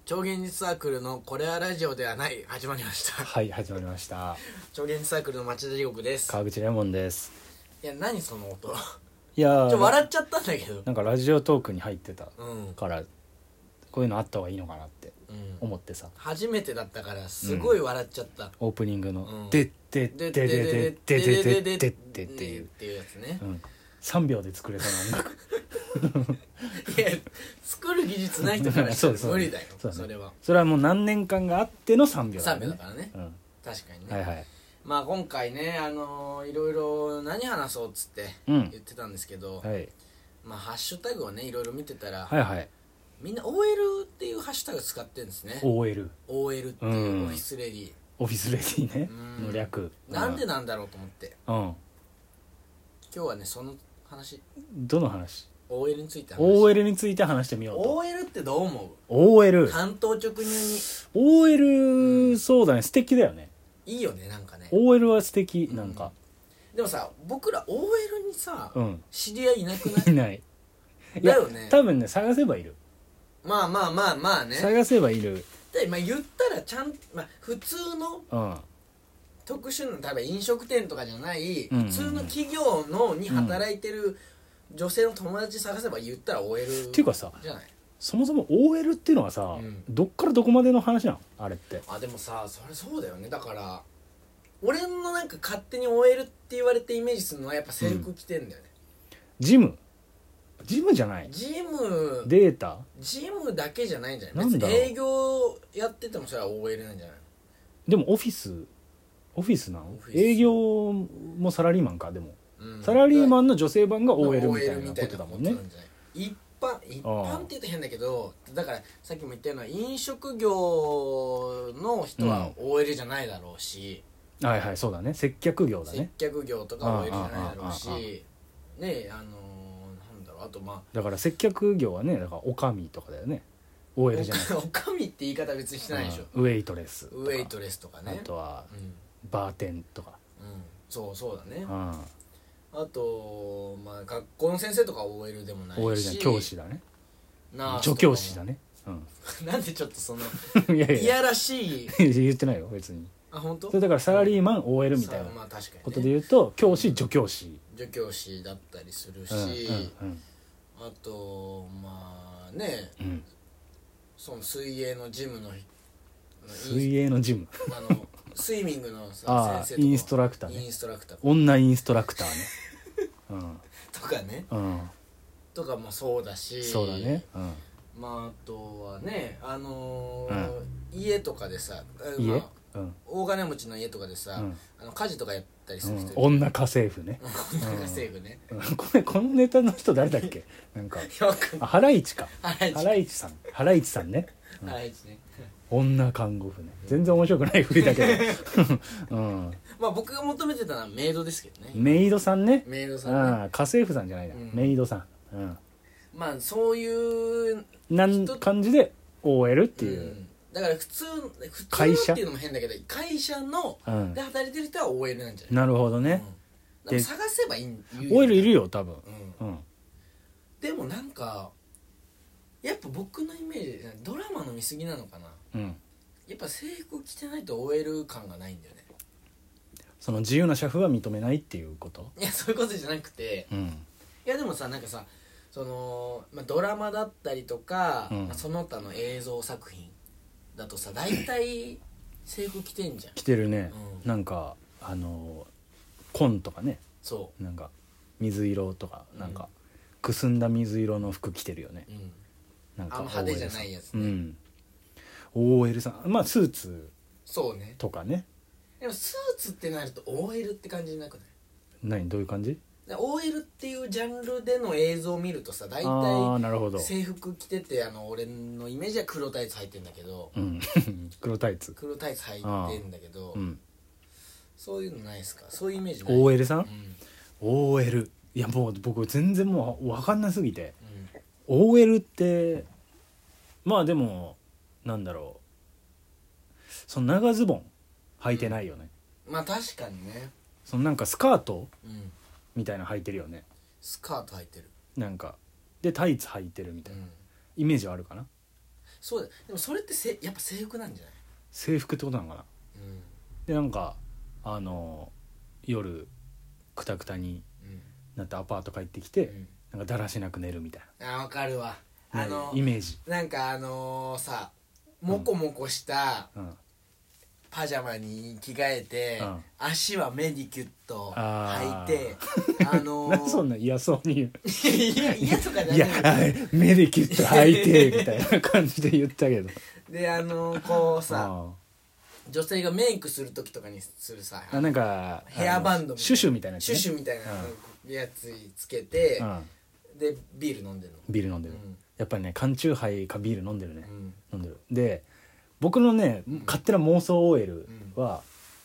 超現実サークルのこれはラジオではない始まりましたはい始まりました。 超現実サークルの町田地獄です。 川口レモンです。 いや何その音いや笑っちゃったんだけど、 なんかラジオトークに入ってたうんから、こういうのあった方がいいのかなって思ってさ、 初めてだったからすごい笑っちゃった、 オープニングのうんでってってでででででででっていうやつね、 3秒で作れそうな音楽いや作る技術ない人からしたら無理だよそうそれは。 それはもう何年間があっての3秒だ 3秒だからね、確かにね、 はいはい。 まあ今回ねいろいろ何話そうっつって言ってたんですけど、 はいまあハッシュタグをねいろいろ見てたら、 はいはい。 みんな OL っていうハッシュタグ使ってるんですね。 OL OL っていうオフィスレディ、 オフィスレディねの略。 なんでなんだろうと思って、 今日はねその話、 どの話？ OL について話 OL について話してみようと。 OL ってどう思う？ OL 単刀直入に。 OL、そうだね、素敵だよね。 いいよねなんかね。 OL は素敵、なんかでもさ僕ら OL にさ、知り合いいなくない？ いない。 だよね。 多分ね、探せばいる。 まあね。 探せばいる。 で、まあ、言ったら普通の特殊な例えば飲食店とかじゃない普通の企業に働いてる女性の友達探せば言ったら OL っていうかさ、 じゃない。 そもそも OL っていうのはさ、どっからどこまでの話なのあれって。 でもさそれそうだよね。だから俺のなんか勝手に OL って言われてイメージするのはやっぱ制服着てんだよね、 ジムじゃない。 ジムデータジムだけじゃないんじゃない。 なんだろう、 別に営業やっててもそれは OL なんじゃない。 でもオフィスなの？営業もサラリーマンか。でも、サラリーマンの女性版が OL みたいなことだもんね。 一般って言うと変だけど、だからさっきも言ったような飲食業の人は OL じゃないだろうし、 はいはい、そうだね、接客業だね。 接客業とか OL じゃないだろうしね。なんだろう、あとだから接客業はね、だからおかみとかだよね。 OL じゃない。 おかみって言い方別にしてないでしょ。 ウェイトレスとかね。 あとは、バーテンとか、 そうだね。あと学校の先生とか OL でもないし、 OL じゃない、教師だね。助教師だね。 なんでちょっとそのいやいやらしい言ってないよ別に。 本当？ それだからサラリーマン OL みたいなことで言うと、教師助教師だったりするし、あとね、その水泳のジムのスイミングの先生とかインストラクターね。女インストラクターねとかね、とかもそうだし、 そうだね。 あとはね家とかでさ、大金持ちの家とかでさ、家事とかやったりする人、 女家政婦ね。 女家政婦ね。 このネタの人誰だっけ？なんかハライチか。ハライチさんね。 ハライチね。 女看護婦ね。全然面白くないふりだけど僕が求めてたのはメイドですけどね。 メイドさんね。 家政婦さんじゃないな、メイドさん。 そういう感じで OL っていう、 だから普通っていうのも変だけど、会社ので働いてる人は OL なんじゃない。 なるほどね。 でも探せばいい。 OL いるよ多分。 でもなんかやっぱ僕のイメージでドラマの見過ぎなのかな。やっぱ制服着てないと OL 感がないんだよね。 その自由な社風は認めないっていうこと？ いやそういうことじゃなくて、いやでもさなんかさその、ドラマだったりとか、その他の映像作品だとさ大体制服着てんじゃん。 着てるね。なんか紺とかね。なんか水色とか、なんかくすんだ水色の服着てるよね。なんか派手じゃないやつね。 OL さん、スーツとかね。 でもスーツってなると OL って感じなくない？ どういう感じ？ OL っていうジャンルでの映像を見るとさ大体制服着てて、俺のイメージは黒タイツ履いてんだけど、 黒タイツ履いてんだけど、そういうのないですか？そういうイメージない？ OL さん、OL いやもう僕全然もう分かんなすぎて、OL ってでもなんだろう、その長ズボン履いてないよね。 確かにね。 そのなんかスカート、みたいな履いてるよね。 スカート履いてる。 なんかでタイツ履いてるみたいな、イメージはあるかな。 そうだ。でもそれってやっぱ制服なんじゃない？ 制服ってことなのかな。 うんでなんか夜クタクタになってアパート帰ってきて、 うんなんかだらしなく寝るみたいあ、わかるわ。 な、イメージ。 なんかさ、モコモコしたうんパジャマに着替えて、 うん足はメディキュットあー履いてなんでそんな嫌そうに言ういや嫌とかじゃいやない目でキュッと履いてみたいな感じで言ったけどでこうさあ女性がメイクする時とかにするさなんかヘアバンドみたいなシュシュみたいなやつね、 シュシュみたいなやつつけて、 うんでビール飲んでるの。 ビール飲んでる、 うんやっぱりね缶チューハイかビール飲んでるね、 うん飲んでる。で僕のね勝手な妄想 OL は、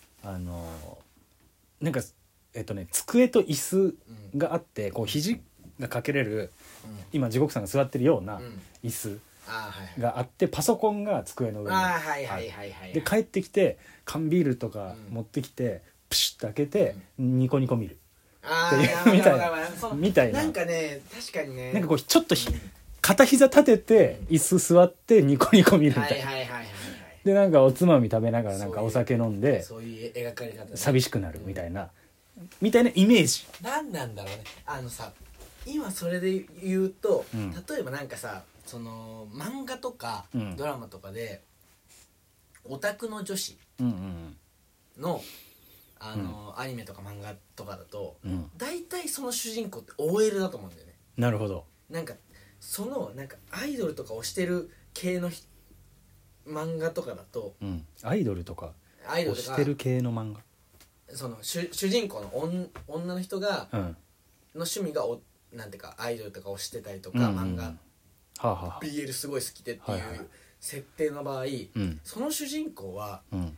なんか机と椅子があってこう肘がかけれる、今地獄さんが座ってるような椅子あーはいはいがあってパソコンが机の上にあーはいはいはいはいで帰ってきて缶ビールとか持ってきて、プシュッと開けて、ニコニコ見るあっていうーみたいなわかるわかるそのみたいななんかね確かにねなんかこうちょっと片膝立てて椅子座ってニコニコ見るみはたいな、 いはいはいはいはいでなんかおつまみ食べながらなんかお酒飲んでそういう描かれ方ね寂しくなるみたいな、みたいなイメージ。 何なんだろうねさ今それで言うと、 うん例えばなんかさその漫画とかうんドラマとかで、オタクの女子うんうんのアニメとか漫画とかだとうん大体その主人公って OL だと思うんだよね。 なるほど。 なんかそのなんかアイドルとかをしてる系の漫画とかだとアイドルとかアイドルとか推してる系の漫その主人公の女の人が画、の趣味がなんていうかアイドルとかをしてたりとか、 うんうんうん漫画はあ、はあはあ、 BL すごい好きでっていうはいはい設定の場合、 うんその主人公はうん、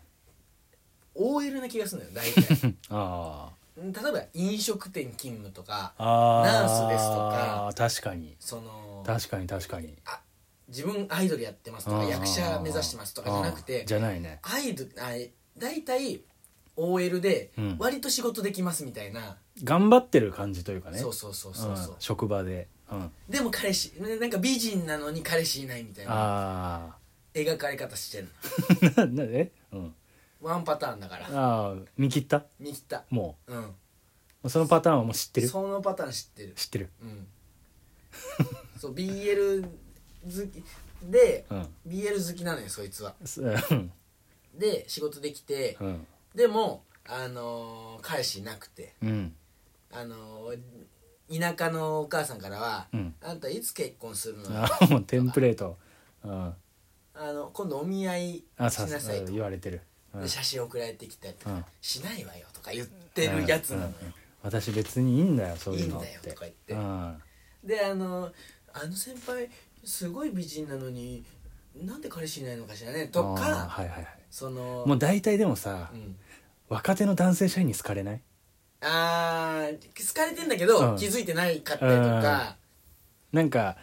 OL な気がするのよ大体あ例えば飲食店勤務とかあナースですとか確かにその確かに確かに自分アイドルやってますとかあー役者目指してますとかじゃなくてじゃないね、 大体 OL でうん割と仕事できますみたいな、 頑張ってる感じというかね、 そうそうそうそうそう、 職場で、 でも彼氏なんか美人なのに彼氏いないみたいなあ描かれ方してんのなワンパターンだからあー見切った見切ったもうんうそのパターンはもう知ってるそのパターン知ってる知ってるうんそう BL 好きで、 うん BL 好きなのよそいつはうんで仕事できて、 うんでも彼氏いなくてうん田舎のお母さんからは、 うんあんたいつ結婚するのよあもうテンプレート、 今度お見合いしあなさいと言われてる、 で写真送られてきたりとか、 うんしないわよとか言ってるやつなのよ、 私別にいいんだよそういうのっていいんだよとか言ってうんであの先輩すごい美人なのになんで彼氏いないのかしらねとか、 はいはいはいそのもう大体でもさ、 うん若手の男性社員に好かれない好かれてんだけど、 うん気づいてないかったりとか、 なんか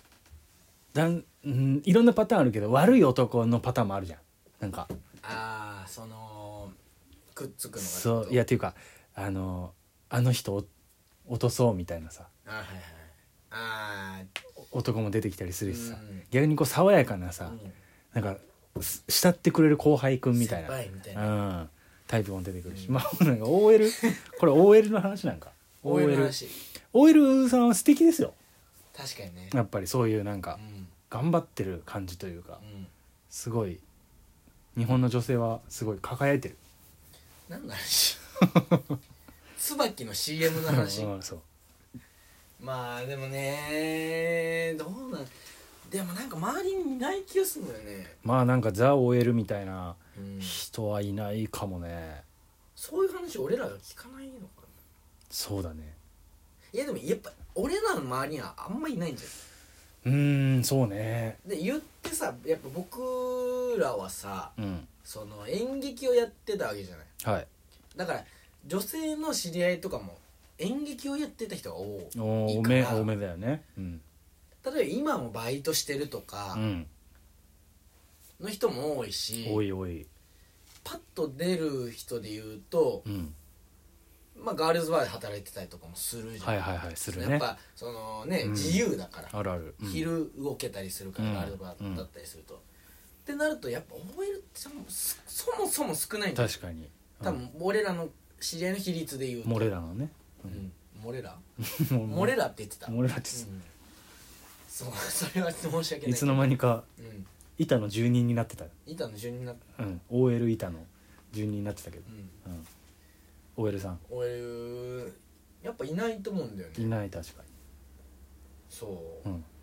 いろんなパターンあるけど悪い男のパターンもあるじゃんなんかそのくっつくのがそういやっていうかあの人を落とそうみたいなさはいはいあ男も出てきたりするしさ、 うん逆にこう爽やかなさ、なんか慕ってくれる後輩くんみたいな先輩みたいなタイプも出てくるし、まあなんか OL これ OL の話なんか OL の話 OL さんは素敵ですよ確かにねやっぱりそういうなんかうん頑張ってる感じというかうんすごい日本の女性はすごい輝いてる何の話椿の CM の話うんそうまあでもねどうなんでもなんか周りにいない気がするんだよね、 まあなんかザ OL みたいなうん、 人はいないかもねそういう話俺らが聞かないのかなそうだねいやでもやっぱ俺らの周りにはあんまいないんじそうねゃんで言ってさやっぱ僕らはさうんその演劇をやってたわけじゃないはいだから女性の知り合いとかも演劇をやってた人が多多いからめだよね例えば今もバイトしてるとかうんの人も多いし、 多いパッと出る人で言うとうんまあ、ガールズバーで働いてたりとかもするじゃん。 はいはいはいするね。 やっぱそのね、自由だから、 あるある、 昼動けたりするから、ガールズバーだったりすると、ってなるとやっぱ OL ってそもそも少ないんだよ。 確かに、 多分俺らの知り合いの比率で言うとモレラのね、 モレラモレラって言ってた。 モレラってそうそれは申し訳ない。 いつの間にか板の住人になってた。 板の住人になった。 OL 板の住人になってたけど、OL さん OL やっぱいないと思うんだよね。 いない確かに。 そう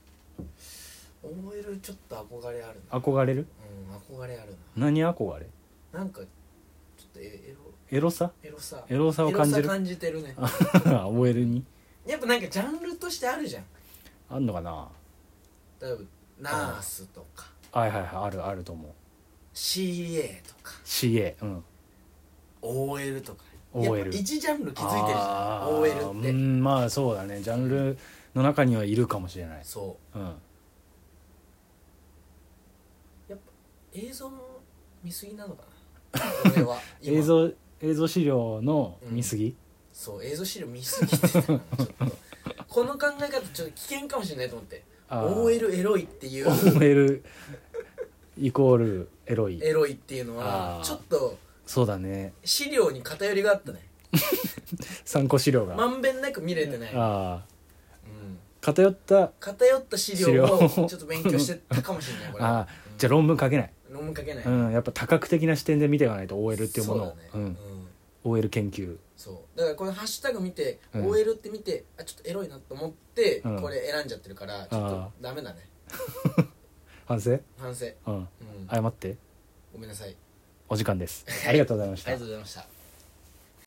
、OL ちょっと憧れあるな。 憧れる？ 憧れあるな。何憧れ？ なんかちょっとエロさを感じる。 感じてるね OL にやっぱなんかジャンルとしてあるじゃん。 あんのかな。 例えばナースとか、 はいはいはいあると思う。 CA とか CA OL とか OL やっぱ一ジャンル気づいてるじゃん OL って。 まあそうだね、ジャンルの中にはいるかもしれない。 そう、やっぱ映像の見過ぎなのかな俺は映像資料の見過ぎ、 そう映像資料見過ぎてたなちょっとこの考え方ちょっと危険かもしれないと思って。 OL エロいっていう OL イコールエロいっていうのはちょっとそうだね、 資料に偏りがあったね参考資料がまんべんなく見れてない。 偏った資料をちょっと勉強してたかもしれないこれは。 じゃあ論文書けない。 論文書けない、 やっぱ多角的な視点で見ていかないと OL っていうものを、 そうだね、 OL 研究。 そうだからこのハッシュタグ見て、OL って見てちょっとエロいなと思って、これ選んじゃってるからちょっとダメだね反省、 謝ってごごめんなさい。 お時間です。ありがとうございました。 ありがとうございました。